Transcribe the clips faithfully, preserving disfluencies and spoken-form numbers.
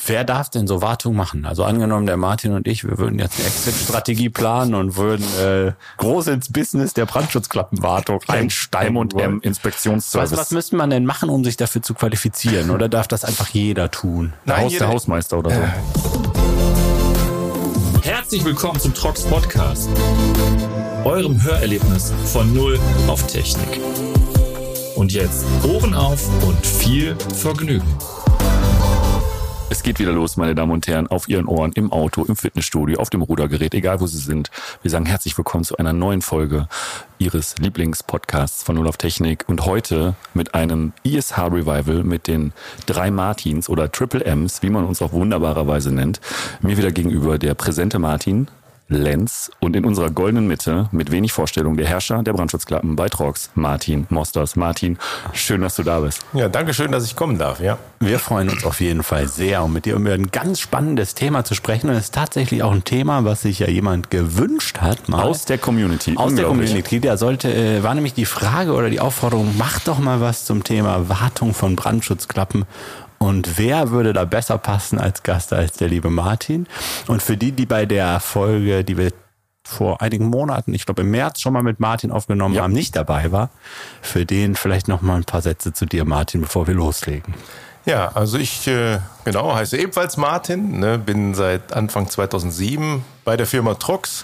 Wer darf denn so Wartung machen? Also angenommen, der Martin und ich, wir würden jetzt eine Exit-Strategie planen und würden äh, groß ins Business der Brandschutzklappenwartung einsteigen und M Inspektionsservice. Was, was müsste man denn machen, um sich dafür zu qualifizieren? Oder darf das einfach jeder tun? Der, Nein, Haus, jeder, der Hausmeister oder so. Äh. Herzlich willkommen zum Trox Podcast, eurem Hörerlebnis von Null auf Technik. Und jetzt Ohren auf und viel Vergnügen. Es geht wieder los, meine Damen und Herren, auf Ihren Ohren, im Auto, im Fitnessstudio, auf dem Rudergerät, egal wo Sie sind. Wir sagen herzlich willkommen zu einer neuen Folge Ihres Lieblingspodcasts von Null auf Technik. Und heute mit einem I S H-Revival mit den drei Martins oder Triple M's, wie man uns auf wunderbare Weise nennt. Mir wieder gegenüber der präsente Martin, Lenz, und in unserer goldenen Mitte mit wenig Vorstellung der Herrscher der Brandschutzklappen bei Trox, Martin Mosters. Martin, schön, dass du da bist. Ja, danke schön, dass ich kommen darf. Ja, wir freuen uns auf jeden Fall sehr, um mit dir über ein ganz spannendes Thema zu sprechen. Und es ist tatsächlich auch ein Thema, was sich ja jemand gewünscht hat. Mal. Aus der Community. Aus der Community. Da sollte, äh, war nämlich die Frage oder die Aufforderung, mach doch mal was zum Thema Wartung von Brandschutzklappen. Und wer würde da besser passen als Gast als der liebe Martin? Und für die, die bei der Folge, die wir vor einigen Monaten, ich glaube im März schon mal mit Martin aufgenommen ja. haben, nicht dabei war, für den vielleicht noch mal ein paar Sätze zu dir, Martin, bevor wir loslegen. Ja, also ich äh, genau heiße ebenfalls Martin, ne, bin seit Anfang zweitausendsieben bei der Firma Trox.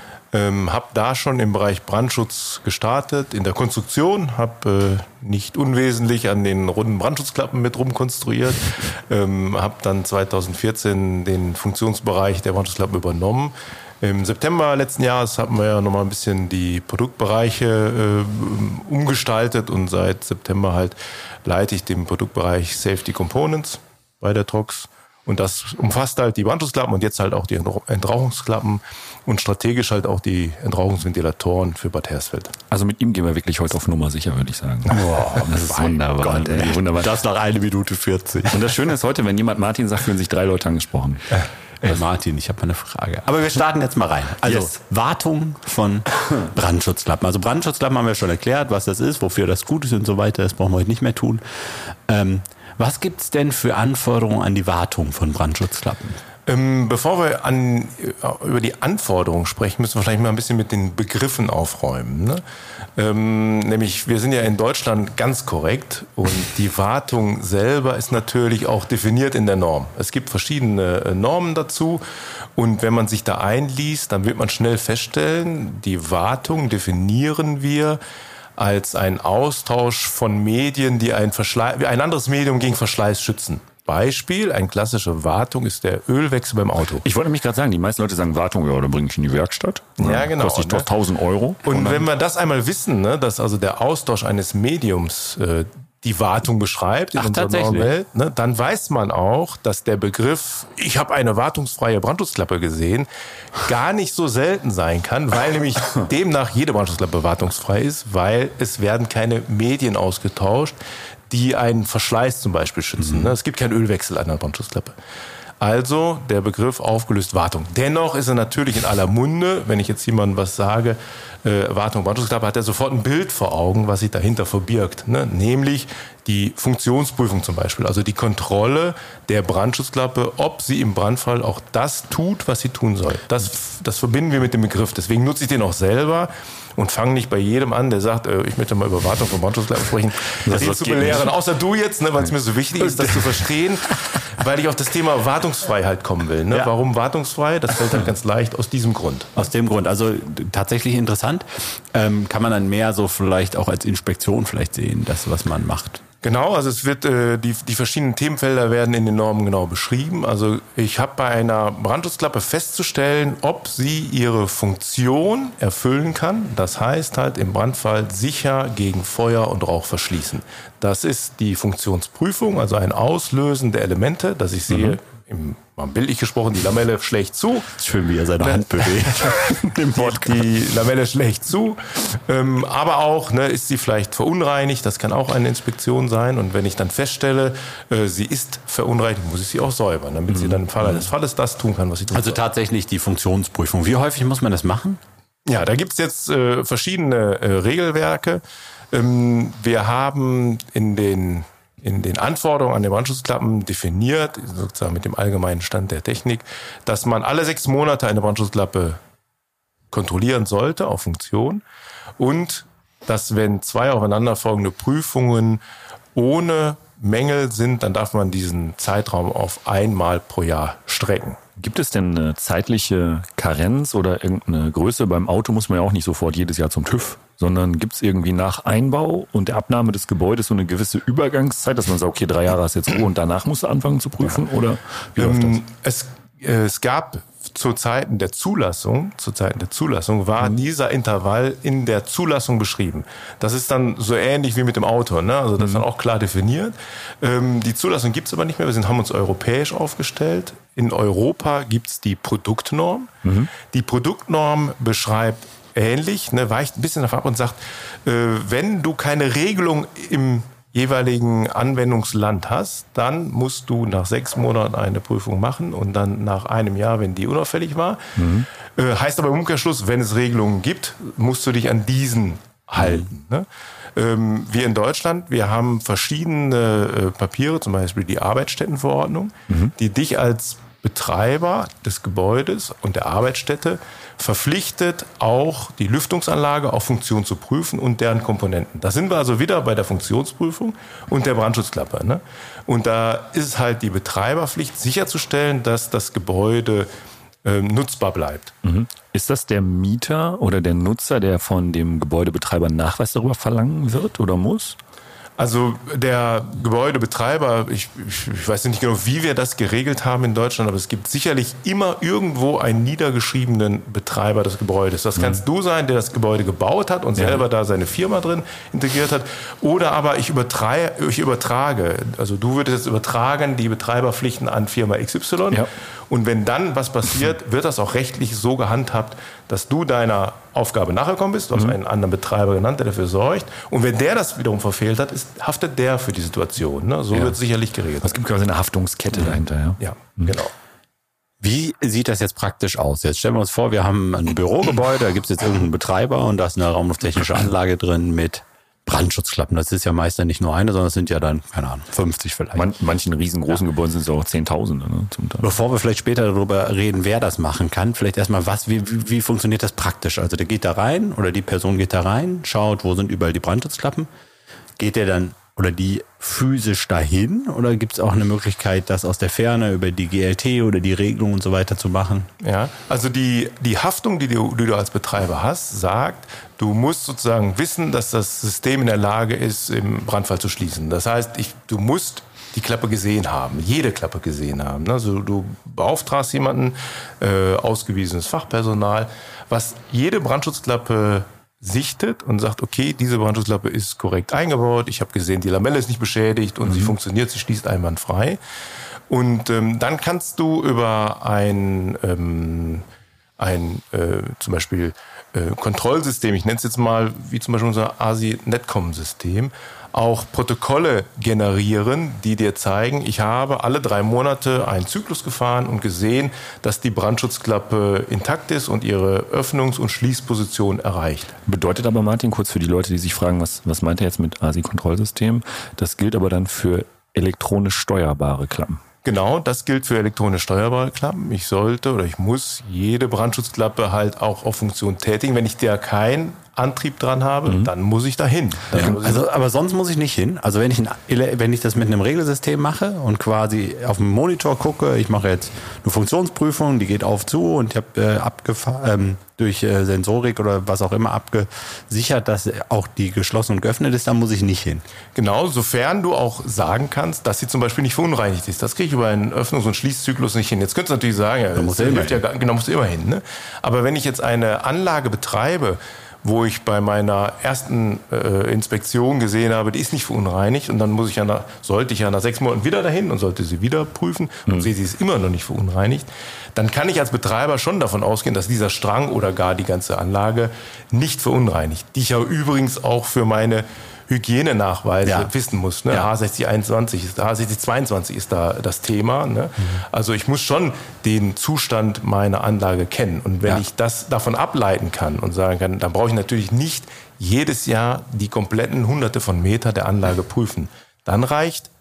Ähm, habe da schon im Bereich Brandschutz gestartet, in der Konstruktion, habe äh, nicht unwesentlich an den runden Brandschutzklappen mit rumkonstruiert, ähm, habe dann zweitausendvierzehn den Funktionsbereich der Brandschutzklappen übernommen. Im September letzten Jahres haben wir ja nochmal ein bisschen die Produktbereiche äh, umgestaltet und seit September halt leite ich den Produktbereich Safety Components bei der Trox. Und das umfasst halt die Brandschutzklappen und jetzt halt auch die Entrauchungsklappen und strategisch halt auch die Entrauchungsventilatoren für Bad Hersfeld. Also mit ihm gehen wir wirklich heute auf Nummer sicher, würde ich sagen. Boah, das ist wunderbar. Gott, wunderbar. Das nach eine Minute vierzig. Und das Schöne ist heute, wenn jemand Martin sagt, fühlen sich drei Leute angesprochen. Ey, Martin, ich habe mal eine Frage. Aber wir starten jetzt mal rein. Also yes. Wartung von Brandschutzklappen. Also Brandschutzklappen haben wir schon erklärt, was das ist, wofür das gut ist und so weiter. Das brauchen wir heute nicht mehr tun. Ähm, Was gibt's denn für Anforderungen an die Wartung von Brandschutzklappen? Ähm, bevor wir an, über die Anforderungen sprechen, müssen wir vielleicht mal ein bisschen mit den Begriffen aufräumen. Ne? Ähm, nämlich, wir sind ja in Deutschland ganz korrekt und die Wartung selber ist natürlich auch definiert in der Norm. Es gibt verschiedene Normen dazu und wenn man sich da einliest, dann wird man schnell feststellen, die Wartung definieren wir als ein Austausch von Medien, die ein, Verschleiß, ein anderes Medium gegen Verschleiß schützen. Beispiel, eine klassische Wartung ist der Ölwechsel beim Auto. Ich wollte nämlich gerade sagen, die meisten Leute sagen Wartung, ja, dann bringe ich in die Werkstatt. Ja, genau. Kostet doch ne? tausend Euro. Und, und wenn wir das einmal wissen, ne, dass also der Austausch eines Mediums äh, die Wartung beschreibt in Ach, unserer Welt, ne, dann weiß man auch, dass der Begriff, ich habe eine wartungsfreie Brandschutzklappe gesehen, gar nicht so selten sein kann, weil nämlich demnach jede Brandschutzklappe wartungsfrei ist, weil es werden keine Medien ausgetauscht, die einen Verschleiß zum Beispiel schützen. Mhm. Es gibt keinen Ölwechsel an einer Brandschutzklappe. Also der Begriff aufgelöst Wartung. Dennoch ist er natürlich in aller Munde, wenn ich jetzt jemandem was sage, äh, Wartung, Brandschutzklappe, hat er sofort ein Bild vor Augen, was sich dahinter verbirgt. Ne? Nämlich die Funktionsprüfung zum Beispiel, also die Kontrolle der Brandschutzklappe, ob sie im Brandfall auch das tut, was sie tun soll. Das, das verbinden wir mit dem Begriff. Deswegen nutze ich den auch selber und fange nicht bei jedem an, der sagt, äh, ich möchte mal über Wartung von Brandschutzklappen sprechen, das, das zu belehren. Nicht. Außer du jetzt, ne, weil es mir so wichtig ist, das zu verstehen, weil ich auf das Thema Wartungsfreiheit kommen will. Ne? Ja. Warum wartungsfrei? Das fällt halt ganz leicht aus diesem Grund. Aus dem Grund. Also tatsächlich interessant. Ähm, kann man dann mehr so vielleicht auch als Inspektion vielleicht sehen, das, was man macht? Genau, also es wird äh, die die verschiedenen Themenfelder werden in den Normen genau beschrieben. Also ich habe bei einer Brandschutzklappe festzustellen, ob sie ihre Funktion erfüllen kann. Das heißt halt im Brandfall sicher gegen Feuer und Rauch verschließen. Das ist die Funktionsprüfung, also ein Auslösen der Elemente, dass ich sehe, mhm. im mal bildlich gesprochen, die Lamelle schlägt zu. Schön, wie er seine Hand bewegt. Im die Lamelle schlägt zu. Ähm, aber auch, ne, ist sie vielleicht verunreinigt. Das kann auch eine Inspektion sein. Und wenn ich dann feststelle, äh, sie ist verunreinigt, muss ich sie auch säubern, damit mhm. sie dann im Fall eines Falles das tun kann, was sie tun Also soll. Tatsächlich die Funktionsprüfung. Wie häufig muss man das machen? Ja, da gibt's jetzt äh, verschiedene äh, Regelwerke. Ähm, wir haben in den in den Anforderungen an den Brandschutzklappen definiert, sozusagen mit dem allgemeinen Stand der Technik, dass man alle sechs Monate eine Brandschutzklappe kontrollieren sollte auf Funktion und dass, wenn zwei aufeinanderfolgende Prüfungen ohne Mängel sind, dann darf man diesen Zeitraum auf einmal pro Jahr strecken. Gibt es denn eine zeitliche Karenz oder irgendeine Größe? Beim Auto muss man ja auch nicht sofort jedes Jahr zum TÜV, sondern gibt es irgendwie nach Einbau und der Abnahme des Gebäudes so eine gewisse Übergangszeit, dass man sagt, okay, drei Jahre hast du jetzt Ruhe und danach musst du anfangen zu prüfen? Ja. Oder wie läuft ähm, das? Es, äh, es gab zu Zeiten der Zulassung, zu Zeiten der Zulassung war mhm. dieser Intervall in der Zulassung beschrieben. Das ist dann so ähnlich wie mit dem Auto, ne? Also das ist dann auch klar definiert. Ähm, die Zulassung gibt's aber nicht mehr. Wir sind, haben uns europäisch aufgestellt. In Europa gibt's die Produktnorm. Mhm. Die Produktnorm beschreibt ähnlich, ne, weicht ein bisschen davon ab und sagt, äh, wenn du keine Regelung im jeweiligen Anwendungsland hast, dann musst du nach sechs Monaten eine Prüfung machen und dann nach einem Jahr, wenn die unauffällig war. Mhm. Äh, heißt aber im Umkehrschluss, wenn es Regelungen gibt, musst du dich an diesen halten. Mhm. Ne? Ähm, wir in Deutschland, wir haben verschiedene äh, Papiere, zum Beispiel die Arbeitsstättenverordnung, mhm. die dich als Betreiber des Gebäudes und der Arbeitsstätte verpflichtet, auch die Lüftungsanlage auf Funktion zu prüfen und deren Komponenten. Da sind wir also wieder bei der Funktionsprüfung und der Brandschutzklappe. Ne? Und da ist halt die Betreiberpflicht, sicherzustellen, dass das Gebäude äh, nutzbar bleibt. Mhm. Ist das der Mieter oder der Nutzer, der von dem Gebäudebetreiber einen Nachweis darüber verlangen wird oder muss? Also der Gebäudebetreiber, ich, ich, ich weiß nicht genau, wie wir das geregelt haben in Deutschland, aber es gibt sicherlich immer irgendwo einen niedergeschriebenen Betreiber des Gebäudes. Das kannst mhm. du sein, der das Gebäude gebaut hat und ja. selber da seine Firma drin integriert hat. Oder aber ich übertrage, ich übertrage, also du würdest jetzt übertragen die Betreiberpflichten an Firma X Y. Ja. Und wenn dann was passiert, wird das auch rechtlich so gehandhabt, dass du deiner Aufgabe nachgekommen bist. Du hast mhm. einen anderen Betreiber genannt, der dafür sorgt. Und wenn der das wiederum verfehlt hat, ist, haftet der für die Situation. Ne? So ja. wird sicherlich geregelt. Es gibt quasi eine Haftungskette mhm. dahinter. Ja, ja mhm. genau. Wie sieht das jetzt praktisch aus? Jetzt stellen wir uns vor, wir haben ein Bürogebäude, da gibt es jetzt irgendeinen Betreiber und da ist eine raumlufttechnische Anlage drin mit Brandschutzklappen. Das ist ja meist dann nicht nur eine, sondern es sind ja dann, keine Ahnung, fünfzig vielleicht. Man, manchen riesengroßen ja. Gebäuden sind es auch Zehntausende. Ne, zum Teil. Bevor wir vielleicht später darüber reden, wer das machen kann, vielleicht erstmal, was, wie, wie, wie funktioniert das praktisch? Also der geht da rein oder die Person geht da rein, schaut, wo sind überall die Brandschutzklappen. Geht der dann oder die physisch dahin oder gibt es auch eine Möglichkeit, das aus der Ferne über die G L T oder die Regelung und so weiter zu machen? Ja, also die, die Haftung, die du, die du als Betreiber hast, sagt, du musst sozusagen wissen, dass das System in der Lage ist, im Brandfall zu schließen. Das heißt, ich, du musst die Klappe gesehen haben, jede Klappe gesehen haben. Also du beauftragst jemanden, äh, ausgewiesenes Fachpersonal, was jede Brandschutzklappe sichtet und sagt, okay, diese Brandschutzklappe ist korrekt eingebaut, ich habe gesehen, die Lamelle ist nicht beschädigt und mhm. sie funktioniert, sie schließt einwandfrei. Und ähm, dann kannst du über ein, ähm, ein äh, zum Beispiel äh, Kontrollsystem, ich nenne es jetzt mal, wie zum Beispiel unser A S I-Netcom-System, auch Protokolle generieren, die dir zeigen, ich habe alle drei Monate einen Zyklus gefahren und gesehen, dass die Brandschutzklappe intakt ist und ihre Öffnungs- und Schließposition erreicht. Bedeutet aber, Martin, kurz für die Leute, die sich fragen, was, was meint er jetzt mit A S I-Kontrollsystem? Das gilt aber dann für elektronisch steuerbare Klappen. Genau, das gilt für elektronisch steuerbare Klappen. Ich sollte oder ich muss jede Brandschutzklappe halt auch auf Funktion tätigen. Wenn ich da keinen Antrieb dran habe, mhm. dann muss ich dahin. Ja, also, aber sonst muss ich nicht hin. Also wenn ich, ein, wenn ich das mit einem Regelsystem mache und quasi auf dem Monitor gucke, ich mache jetzt eine Funktionsprüfung, die geht auf zu und ich habe äh, abgefahren, ähm, durch äh, Sensorik oder was auch immer abgesichert, dass auch die geschlossen und geöffnet ist, dann muss ich nicht hin. Genau, sofern du auch sagen kannst, dass sie zum Beispiel nicht verunreinigt ist. Das kriege ich über einen Öffnungs- und Schließzyklus nicht hin. Jetzt könntest du natürlich sagen, ja, da muss hilft ja, genau, musst du immer hin. Ne? Aber wenn ich jetzt eine Anlage betreibe, wo ich bei meiner ersten äh, Inspektion gesehen habe, die ist nicht verunreinigt und dann muss ich ja nach, sollte ich ja nach sechs Monaten wieder dahin und sollte sie wieder prüfen und mhm. sehe, sie ist immer noch nicht verunreinigt, dann kann ich als Betreiber schon davon ausgehen, dass dieser Strang oder gar die ganze Anlage nicht verunreinigt, die ich ja übrigens auch für meine Hygienenachweise ja. wissen muss. Ne? Ja. H sechzig einundzwanzig ist da, H sechzig zweiundzwanzig ist da das Thema. Ne? Mhm. Also ich muss schon den Zustand meiner Anlage kennen. Und wenn ja. ich das davon ableiten kann und sagen kann, dann brauche ich natürlich nicht jedes Jahr die kompletten Hunderte von Meter der Anlage prüfen. Dann reicht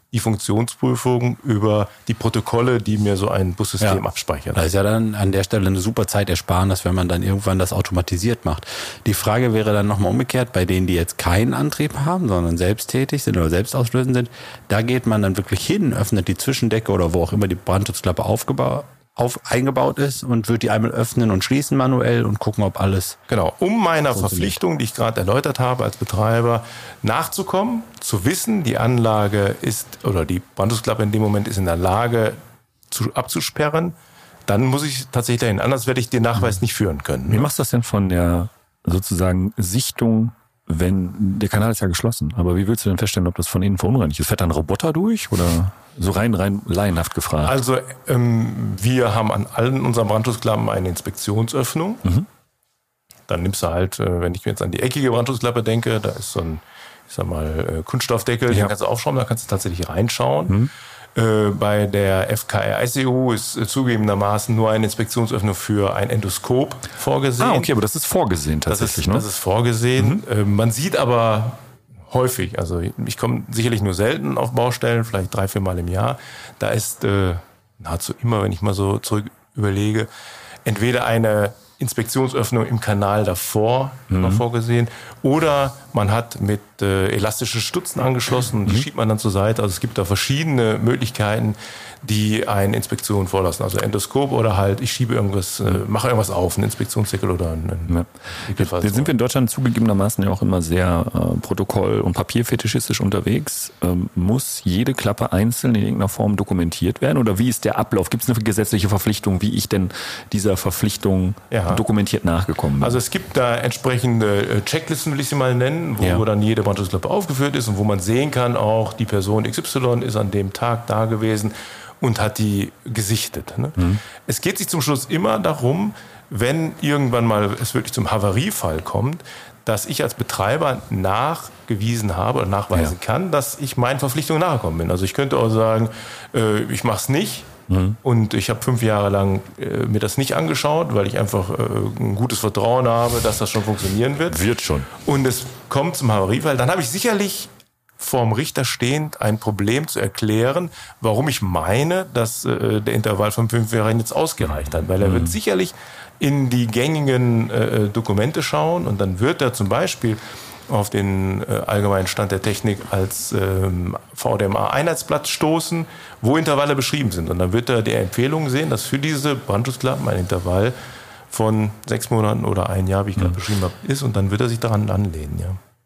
die Funktionsprüfung über die Protokolle, die mir so ein Bussystem Ja. abspeichert. Das ist ja dann an der Stelle eine super Zeitersparnis, wenn man dann irgendwann das automatisiert macht. Die Frage wäre dann nochmal umgekehrt, bei denen, die jetzt keinen Antrieb haben, sondern selbsttätig sind oder selbstauslösend sind, da geht man dann wirklich hin, öffnet die Zwischendecke oder wo auch immer die Brandschutzklappe aufgebaut, auf, eingebaut ist und wird die einmal öffnen und schließen manuell und gucken, ob alles... Genau, um meiner Funktioniert. Verpflichtung, die ich gerade erläutert habe als Betreiber, nachzukommen, zu wissen, die Anlage ist, oder die Brandschutzklappe in dem Moment ist in der Lage, zu, abzusperren, dann muss ich tatsächlich dahin. Anders werde ich den Nachweis nicht führen können. Wie machst du das denn von der sozusagen Sichtung, wenn der Kanal ist ja geschlossen, aber wie willst du denn feststellen, ob das von innen verunreinigt ist? Fährt da ein Roboter durch oder so rein, rein laienhaft gefragt? Also ähm, wir haben an allen unseren Brandschutzklappen eine Inspektionsöffnung. Mhm. Dann nimmst du halt, äh, wenn ich jetzt an die eckige Brandschutzklappe denke, da ist so ein, ich sag mal, äh, Kunststoffdeckel, Ja. den kannst du aufschrauben, da kannst du tatsächlich reinschauen. Mhm. Äh, bei der F K R I C U ist äh, zugegebenermaßen nur eine Inspektionsöffnung für ein Endoskop vorgesehen. Ah, okay, aber das ist vorgesehen Das tatsächlich, ist, ne? das ist vorgesehen. Äh, man sieht aber häufig, also ich komme sicherlich nur selten auf Baustellen, vielleicht drei, vier Mal im Jahr. Da ist äh, nahezu immer, wenn ich mal so zurück überlege, entweder eine Inspektionsöffnung im Kanal davor Mhm. noch vorgesehen oder man hat mit äh, elastischen Stutzen angeschlossen und die Mhm. schiebt man dann zur Seite. Also es gibt da verschiedene Möglichkeiten, die eine Inspektion vorlassen. Also Endoskop oder halt, ich schiebe irgendwas, äh, mache irgendwas auf, einen Inspektionsdeckel oder einen... Ja. Jetzt, jetzt sind wir in Deutschland zugegebenermaßen ja auch immer sehr äh, protokoll- und papierfetischistisch unterwegs. Ähm, muss jede Klappe einzeln in irgendeiner Form dokumentiert werden? Oder wie ist der Ablauf? Gibt es eine gesetzliche Verpflichtung, wie ich denn dieser Verpflichtung Ja. dokumentiert nachgekommen bin? Also es gibt da entsprechende äh, Checklisten, will ich sie mal nennen, wo Ja. dann jede Brandschutzklappe aufgeführt ist und wo man sehen kann, auch die Person X Y ist an dem Tag da gewesen und hat die gesichtet. Ne? Mhm. Es geht sich zum Schluss immer darum, wenn irgendwann mal es wirklich zum Havariefall kommt, dass ich als Betreiber nachgewiesen habe oder nachweisen Ja. kann, dass ich meinen Verpflichtungen nachgekommen bin. Also ich könnte auch sagen, äh, ich mache es nicht. Und ich habe fünf Jahre lang äh, mir das nicht angeschaut, weil ich einfach äh, ein gutes Vertrauen habe, dass das schon funktionieren wird. Wird schon. Und es kommt zum Havariefall. Dann habe ich sicherlich vorm Richter stehend ein Problem zu erklären, warum ich meine, dass äh, der Intervall von fünf Jahren jetzt ausgereicht hat. Weil er wird sicherlich in die gängigen äh, Dokumente schauen und dann wird er zum Beispiel auf den äh, allgemeinen Stand der Technik als ähm, V D M A-Einheitsblatt stoßen, wo Intervalle beschrieben sind. Und dann wird er die Empfehlung sehen, dass für diese Brandschutzklappen ein Intervall von sechs Monaten oder ein Jahr, wie ich gerade beschrieben habe, ist. Und dann wird er sich daran anlehnen. Ja.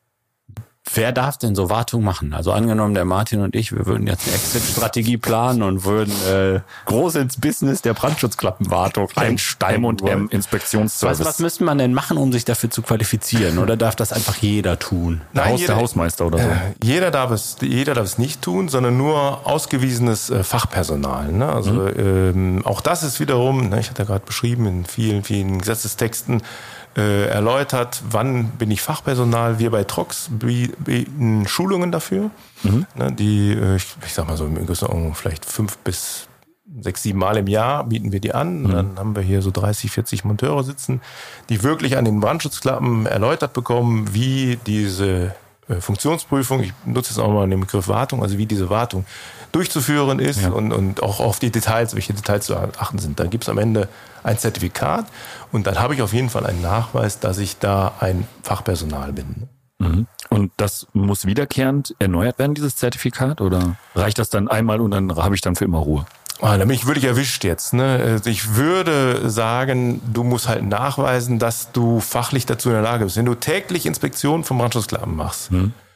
Wer darf denn so Wartung machen? Also angenommen, der Martin und ich, wir würden jetzt eine Exit-Strategie planen und würden äh, groß ins Business der Brandschutzklappenwartung einsteigen M und M wollen. Inspektionsservice. Was, was müsste man denn machen, um sich dafür zu qualifizieren? Oder darf das einfach jeder tun? Der, Nein, Haus, jeder- der Hausmeister oder so. Äh, Jeder darf es, jeder darf es nicht tun, sondern nur ausgewiesenes äh, Fachpersonal. Ne? Also ähm, auch das ist wiederum, ne, ich hatte ja gerade beschrieben in vielen, vielen Gesetzestexten äh, erläutert, wann bin ich Fachpersonal. Wir bei Trox bieten Schulungen dafür, ne, die, äh, ich, ich sag mal so im Größenordnung vielleicht fünf bis sechs, sieben Mal im Jahr bieten wir die an. Und dann haben wir hier so dreißig, vierzig Monteure sitzen, die wirklich an den Brandschutzklappen erläutert bekommen, wie diese äh, Funktionsprüfung, ich nutze jetzt auch mal den Begriff Wartung, also wie diese Wartung durchzuführen ist Ja. und, und auch auf die Details, welche Details zu achten sind. Dann gibt es am Ende ein Zertifikat und dann habe ich auf jeden Fall einen Nachweis, dass ich da ein Fachpersonal bin. Mhm. Und das muss wiederkehrend erneuert werden, dieses Zertifikat? Oder reicht das dann einmal und dann habe ich dann für immer Ruhe? Ah, da bin ich wirklich erwischt jetzt. Ne? Also ich würde sagen, du musst halt nachweisen, dass du fachlich dazu in der Lage bist. Wenn du täglich Inspektionen von Brandschutzklappen machst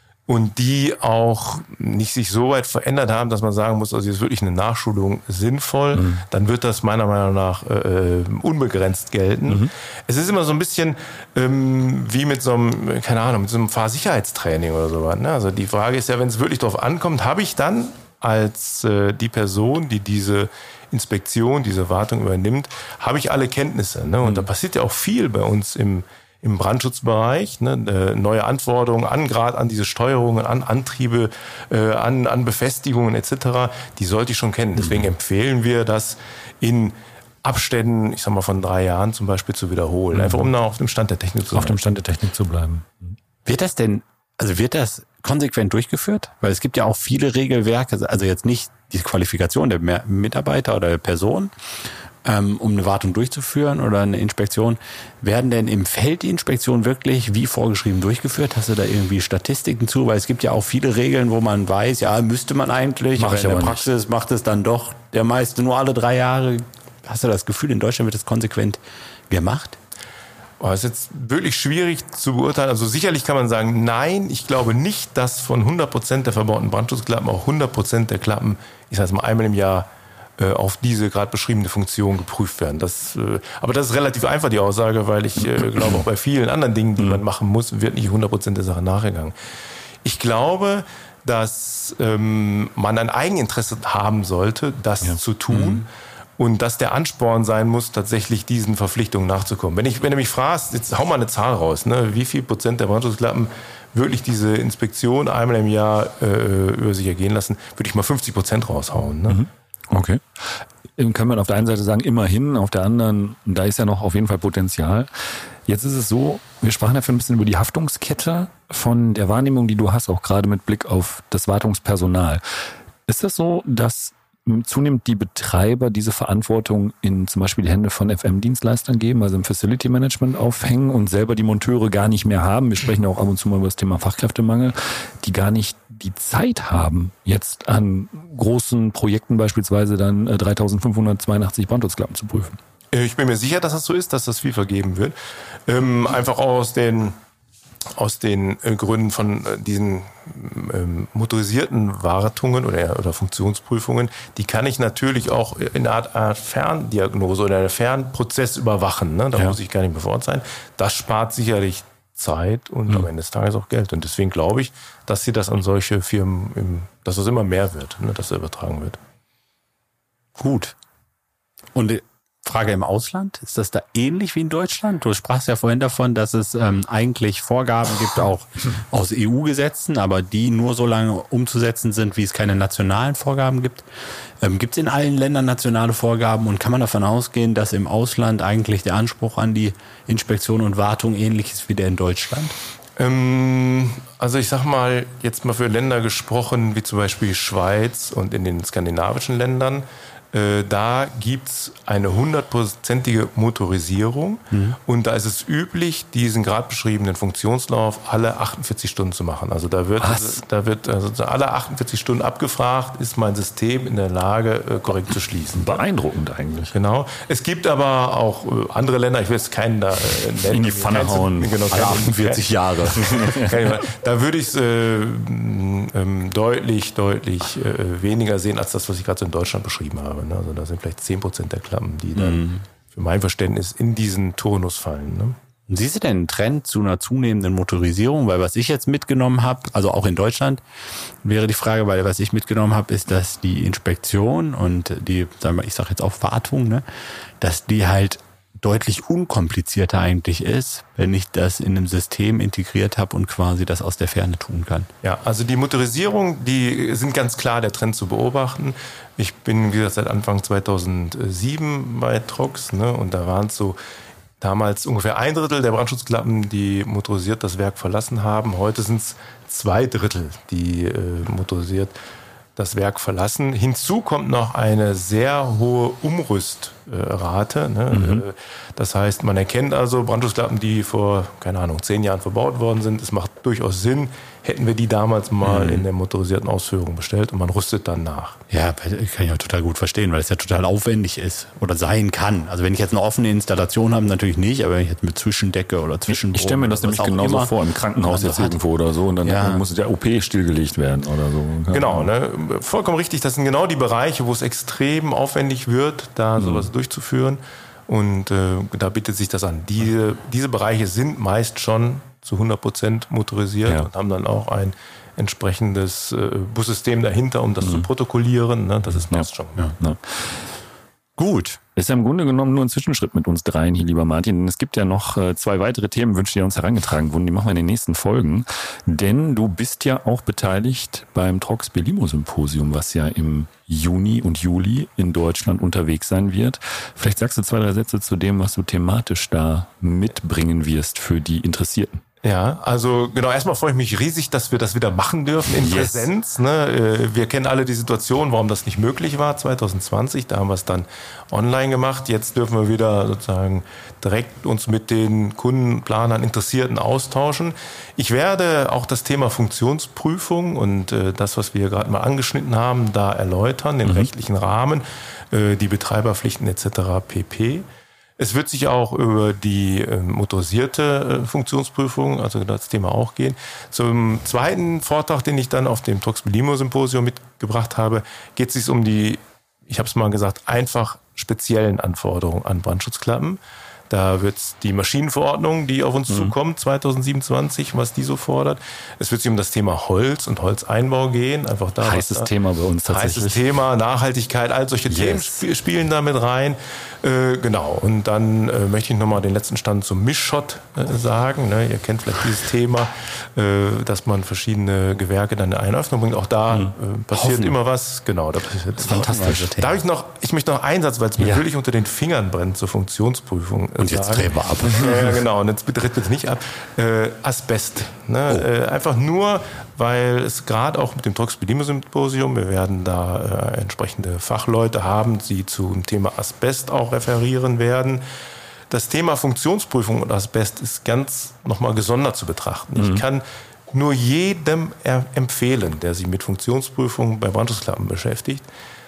und die auch nicht sich so weit verändert haben, dass man sagen muss, also jetzt ist wirklich eine Nachschulung sinnvoll, dann wird das meiner Meinung nach äh, unbegrenzt gelten. Es ist immer so ein bisschen ähm, wie mit so einem, keine Ahnung, mit so einem Fahrsicherheitstraining oder sowas. Ne? Also die Frage ist ja, wenn es wirklich darauf ankommt, habe ich dann als äh, die Person, die diese Inspektion, diese Wartung übernimmt, habe ich alle Kenntnisse. Ne? Und da passiert ja auch viel bei uns im, im Brandschutzbereich. Ne? Äh, neue Anforderungen an Grad, an diese Steuerungen, an Antriebe, äh, an, an Befestigungen et cetera, die sollte ich schon kennen. Deswegen empfehlen wir das in Abständen, ich sag mal von drei Jahren zum Beispiel zu wiederholen. Einfach um da auf dem Stand der Technik zu sein. Auf dem Stand der Technik zu bleiben. Wird das denn, also wird das konsequent durchgeführt? Weil es gibt ja auch viele Regelwerke, also jetzt nicht die Qualifikation der Mitarbeiter oder der Person, ähm, um eine Wartung durchzuführen oder eine Inspektion. Werden denn im Feld die Inspektionen wirklich wie vorgeschrieben durchgeführt? Hast du da irgendwie Statistiken zu? Weil es gibt ja auch viele Regeln, wo man weiß, ja, müsste man eigentlich, Mach aber ich in der aber Praxis nicht. Macht es dann doch der meiste nur alle drei Jahre. Hast du das Gefühl, in Deutschland wird es konsequent gemacht? Oh, ist jetzt wirklich schwierig zu beurteilen. Also sicherlich kann man sagen, nein, ich glaube nicht, dass von hundert Prozent der verbauten Brandschutzklappen auch hundert Prozent der Klappen, ich sage mal einmal im Jahr, äh, auf diese gerade beschriebene Funktion geprüft werden. Das, äh, aber das ist relativ einfach, die Aussage, weil ich äh, glaube, auch bei vielen anderen Dingen, die man machen muss, wird nicht hundert Prozent der Sache nachgegangen. Ich glaube, dass ähm, man ein Eigeninteresse haben sollte, das ja. zu tun. Mhm. Und dass der Ansporn sein muss, tatsächlich diesen Verpflichtungen nachzukommen. Wenn ich, wenn du mich fragst, jetzt hau mal eine Zahl raus, ne? Wie viel Prozent der Brandschutzklappen wirklich diese Inspektion einmal im Jahr äh, über sich ergehen lassen, würde ich mal fünfzig Prozent raushauen. Ne? Mhm. Okay. Kann man auf der einen Seite sagen, immerhin, auf der anderen, da ist ja noch auf jeden Fall Potenzial. Jetzt ist es so, wir sprachen ja für ein bisschen über die Haftungskette von der Wahrnehmung, die du hast, auch gerade mit Blick auf das Wartungspersonal. Ist das so, dass zunehmend die Betreiber diese Verantwortung in zum Beispiel die Hände von F M-Dienstleistern geben, also im Facility Management aufhängen und selber die Monteure gar nicht mehr haben? Wir sprechen ja auch ab und zu mal über das Thema Fachkräftemangel, die gar nicht die Zeit haben, jetzt an großen Projekten beispielsweise dann dreitausendfünfhundertzweiundachtzig Brandschutzklappen zu prüfen. Ich bin mir sicher, dass das so ist, dass das viel vergeben wird. Ähm, einfach aus den aus den äh, Gründen von äh, diesen ähm, motorisierten Wartungen oder, oder Funktionsprüfungen, die kann ich natürlich auch in einer Art, Art Ferndiagnose oder einer Fernprozess überwachen. Ne? Da ja. muss ich gar nicht mehr vor Ort sein. Das spart sicherlich Zeit und mhm. am Ende des Tages auch Geld. Und deswegen glaube ich, dass sie das an solche Firmen, im, dass das immer mehr wird, ne? dass das übertragen wird. Gut. Und Frage im Ausland, ist das da ähnlich wie in Deutschland? Du sprachst ja vorhin davon, dass es ähm, eigentlich Vorgaben gibt, auch aus E U-Gesetzen, aber die nur so lange umzusetzen sind, wie es keine nationalen Vorgaben gibt. Ähm, gibt es in allen Ländern nationale Vorgaben und kann man davon ausgehen, dass im Ausland eigentlich der Anspruch an die Inspektion und Wartung ähnlich ist wie der in Deutschland? Ähm, also ich sag mal, jetzt mal für Länder gesprochen, wie zum Beispiel Schweiz und in den skandinavischen Ländern, da gibt's eine hundertprozentige Motorisierung mhm. und da ist es üblich, diesen gerade beschriebenen Funktionslauf alle achtundvierzig Stunden zu machen. Also da wird, Was? da wird also alle achtundvierzig Stunden abgefragt, ist mein System in der Lage, korrekt zu schließen. Beeindruckend eigentlich. Genau. Es gibt aber auch andere Länder, ich will jetzt keinen da nennen. In die Pfanne hauen, genau, alle achtundvierzig Jahre. Da würde ich es äh, ähm, deutlich, deutlich äh, weniger sehen, als das, was ich gerade so in Deutschland beschrieben habe. Also da sind vielleicht zehn Prozent der Klappen, die dann mhm. für mein Verständnis in diesen Turnus fallen. Ne? Und siehst du denn einen Trend zu einer zunehmenden Motorisierung? Weil was ich jetzt mitgenommen habe, also auch in Deutschland, wäre die Frage, weil was ich mitgenommen habe, ist, dass die Inspektion und die, sagen wir, ich sage jetzt auch Wartung, ne, dass die halt deutlich unkomplizierter eigentlich ist, wenn ich das in einem System integriert habe und quasi das aus der Ferne tun kann. Ja, also die Motorisierung, die sind ganz klar der Trend zu beobachten. Ich bin, wie gesagt, seit Anfang zweitausendsieben bei Trox, ne, und da waren es so damals ungefähr ein Drittel der Brandschutzklappen, die motorisiert das Werk verlassen haben. Heute sind es zwei Drittel, die äh, motorisiert das Werk verlassen. Hinzu kommt noch eine sehr hohe Umrüstrate. Ne? Mhm. Das heißt, man erkennt also Brandschutzklappen, die vor, keine Ahnung, zehn Jahren verbaut worden sind. Es macht durchaus Sinn, hätten wir die damals mal mhm. in der motorisierten Ausführung bestellt und man rüstet dann nach. Ja, kann ich auch total gut verstehen, weil es ja total aufwendig ist oder sein kann. Also wenn ich jetzt eine offene Installation habe, natürlich nicht, aber wenn ich jetzt mit Zwischendecke oder Zwischenboden... Ich stelle mir das nämlich genauso vor, im Krankenhaus jetzt irgendwo oder so und dann ja. muss der O P stillgelegt werden oder so. Genau, ne? Vollkommen richtig. Das sind genau die Bereiche, wo es extrem aufwendig wird, da sowas mhm. durchzuführen. Und äh, da bietet sich das an. Diese, diese Bereiche sind meist schon zu hundert Prozent motorisiert ja. und haben dann auch ein entsprechendes äh, Bussystem dahinter, um das mhm. zu protokollieren. Ne? Das ist meist ja. schon. Ja. Ja. Gut. Ist ja im Grunde genommen nur ein Zwischenschritt mit uns dreien hier, lieber Martin. Denn es gibt ja noch äh, zwei weitere Themenwünsche, die uns herangetragen wurden. Die machen wir in den nächsten Folgen. Denn du bist ja auch beteiligt beim Trox Belimo Symposium, was ja im Juni und Juli in Deutschland unterwegs sein wird. Vielleicht sagst du zwei, drei Sätze zu dem, was du thematisch da mitbringen wirst für die Interessierten. Ja, also genau, erstmal freue ich mich riesig, dass wir das wieder machen dürfen in Yes. Präsenz. Ne? Wir kennen alle die Situation, warum das nicht möglich war zwanzig zwanzig. Da haben wir es dann online gemacht. Jetzt dürfen wir wieder sozusagen direkt uns mit den Kunden, Planern, Interessierten austauschen. Ich werde auch das Thema Funktionsprüfung und äh, das, was wir gerade mal angeschnitten haben, da erläutern, den mhm. rechtlichen Rahmen, äh, die Betreiberpflichten et cetera pp. Es wird sich auch über die äh, motorisierte äh, Funktionsprüfung, also das Thema auch gehen. Zum zweiten Vortrag, den ich dann auf dem Trox Belimo Symposium mitgebracht habe, geht es sich um die, ich habe es mal gesagt, einfach speziellen Anforderungen an Brandschutzklappen. Da wird die Maschinenverordnung, die auf uns mhm. zukommt, zwanzig siebenundzwanzig, was die so fordert. Es wird sich um das Thema Holz und Holzeinbau gehen. Einfach da, heißes da, Thema bei uns tatsächlich. Heißes Thema, Nachhaltigkeit, all solche yes. Themen sp- spielen da mit rein. Äh, genau, und dann äh, möchte ich nochmal den letzten Stand zum Mischschott äh, sagen. Ne? Ihr kennt vielleicht dieses Thema, äh, dass man verschiedene Gewerke dann in eine Öffnung bringt. Auch da mhm. äh, passiert Hoffen. immer was. Genau, da passiert das ist fantastisch. Darf ich noch, ich möchte noch einen Satz, weil es mir ja. wirklich unter den Fingern brennt zur Funktionsprüfung. Und jetzt drehen wir ab. Ja, genau, und jetzt bitte tritt bitte nicht ab. Äh, Asbest. Ne? Oh. Äh, einfach nur, weil es gerade auch mit dem Trox Belimo Symposium, wir werden da äh, entsprechende Fachleute haben, die zum Thema Asbest auch referieren werden. Das Thema Funktionsprüfung und Asbest ist ganz nochmal gesondert zu betrachten. Mhm. Ich kann nur jedem er- empfehlen, der sich mit Funktionsprüfung bei Brandschutzklappen beschäftigt,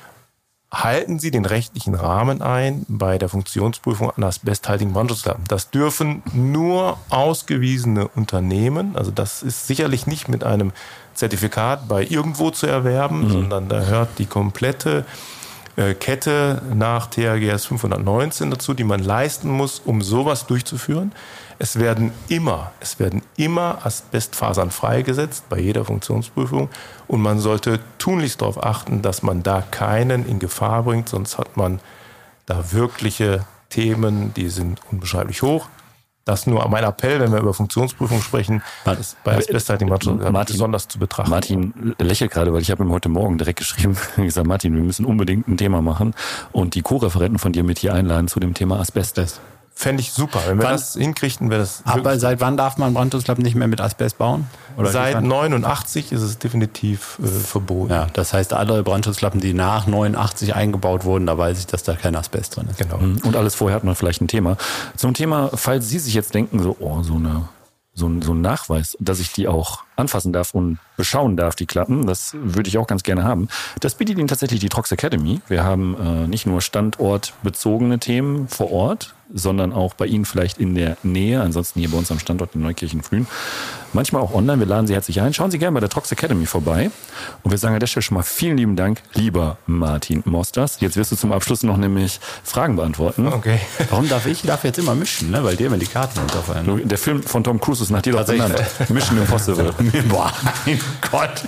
halten Sie den rechtlichen Rahmen ein bei der Funktionsprüfung an asbesthaltigen Brandschutzklappen. Das dürfen nur ausgewiesene Unternehmen, also das ist sicherlich nicht mit einem Zertifikat bei irgendwo zu erwerben, mhm. sondern da hört die komplette äh, Kette nach T H G S fünfhundertneunzehn dazu, die man leisten muss, um sowas durchzuführen. Es werden immer, es werden immer Asbestfasern freigesetzt bei jeder Funktionsprüfung und man sollte tunlichst darauf achten, dass man da keinen in Gefahr bringt, sonst hat man da wirkliche Themen, die sind unbeschreiblich hoch. Das nur mein Appell, wenn wir über Funktionsprüfung sprechen, ist bei asbesthaltigen Brandschutzklappen besonders zu betrachten. Martin lächelt gerade, weil ich habe ihm heute Morgen direkt geschrieben und gesagt, Martin, wir müssen unbedingt ein Thema machen und die Co-Referenten von dir mit hier einladen zu dem Thema Asbest. Fände ich super. Wenn wir wann, das hinkriegten, wäre das... Aber seit wann darf man Brandschutzklappen nicht mehr mit Asbest bauen? Oder seit neunundachtzig ist es definitiv äh, verboten. Ja, das heißt, alle Brandschutzklappen, die nach neunundachtzig eingebaut wurden, da weiß ich, dass da kein Asbest drin ist. Genau. Und alles vorher hat man vielleicht ein Thema. Zum Thema, falls Sie sich jetzt denken, so, oh, so eine... So ein, so ein Nachweis, dass ich die auch anfassen darf und beschauen darf, die Klappen, das würde ich auch ganz gerne haben. Das bietet Ihnen tatsächlich die Trox Academy. Wir haben äh, nicht nur standortbezogene Themen vor Ort, sondern auch bei Ihnen vielleicht in der Nähe, ansonsten hier bei uns am Standort in Neukirchen-Flühen. Manchmal auch online, wir laden Sie herzlich ein. Schauen Sie gerne bei der Trox Academy vorbei. Und wir sagen an der Stelle schon mal vielen lieben Dank, lieber Martin Mosters. Jetzt wirst du zum Abschluss noch nämlich Fragen beantworten. Okay. Warum darf ich? Ich darf jetzt immer mischen, ne? Weil dir immer die Karten runterfallen. Der Film von Tom Cruise ist nach dir doch benannt. Mission Impossible. Boah, mein Gott.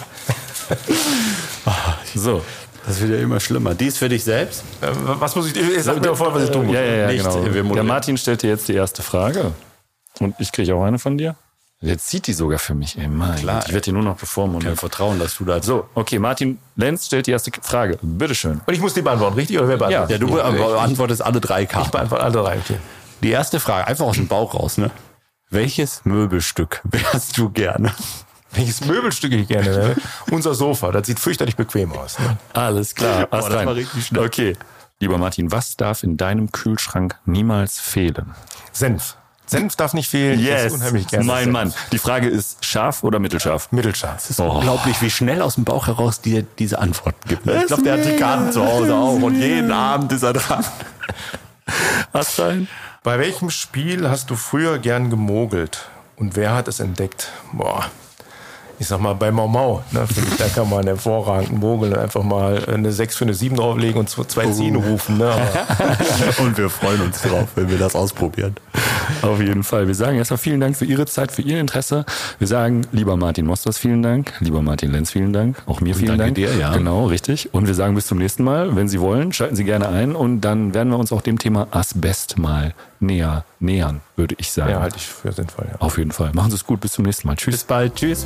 So. Das wird ja immer schlimmer. Dies für dich selbst? Äh, was muss ich... Ich sag mir vor, was ich tun muss. Ja, ja, ja, Nichts. genau. Der Martin stellt dir jetzt die erste Frage. Und ich kriege auch eine von dir. Jetzt zieht die sogar für mich. Ey, mein Klar, Gott, ich werde dir nur noch bevormunden. Kein Vertrauen, dass du da... So, okay, Martin Lenz stellt die erste Frage. Bitteschön. Und ich muss die beantworten, richtig? Oder wer beantwortet? Ja, du beantwortest alle drei Karten. Ich beantworte alle drei, okay. Die erste Frage, einfach aus dem Bauch raus, ne? Welches Möbelstück wärst du gerne? Welches Möbelstück ich gerne wäre? Unser Sofa, das sieht fürchterlich bequem aus. Ne? Alles klar. Boah, das war richtig schnell. Okay. Lieber Martin, was darf in deinem Kühlschrank niemals fehlen? Senf. Senf darf nicht fehlen. Yes, das ist unheimlich gerne. mein Senf. Mann. Die Frage ist scharf oder mittelscharf? Mittelscharf. Es ist oh. unglaublich, wie schnell aus dem Bauch heraus dir diese Antworten gibt. Ich glaube, der hat die Karten zu Hause auch und jeden Abend ist er dran. Was sein? Bei welchem Spiel hast du früher gern gemogelt? Und wer hat es entdeckt? Boah, ich sag mal, bei Mau Mau, ne, finde ich, da kann man hervorragend mogeln, einfach mal eine sechs für eine sieben drauflegen und zwei Oh. Ziehen rufen. Ne? Und wir freuen uns drauf, wenn wir das ausprobieren. Auf jeden Fall. Wir sagen erstmal vielen Dank für Ihre Zeit, für Ihr Interesse. Wir sagen, lieber Martin Mosters, vielen Dank. Lieber Martin Lenz, vielen Dank. Auch mir vielen danke Dank. dir, ja. Genau, richtig. Und wir sagen bis zum nächsten Mal. Wenn Sie wollen, schalten Sie gerne ein und dann werden wir uns auch dem Thema Asbest mal näher nähern, würde ich sagen. Ja, halte ich für sinnvoll. Ja. Auf jeden Fall. Machen Sie es gut. Bis zum nächsten Mal. Tschüss. Bis bald. Tschüss.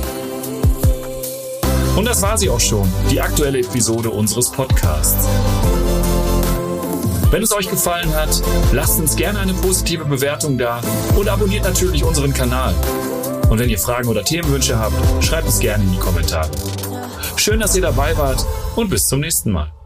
Und das war sie auch schon, die aktuelle Episode unseres Podcasts. Wenn es euch gefallen hat, lasst uns gerne eine positive Bewertung da und abonniert natürlich unseren Kanal. Und wenn ihr Fragen oder Themenwünsche habt, schreibt es gerne in die Kommentare. Schön, dass ihr dabei wart und bis zum nächsten Mal.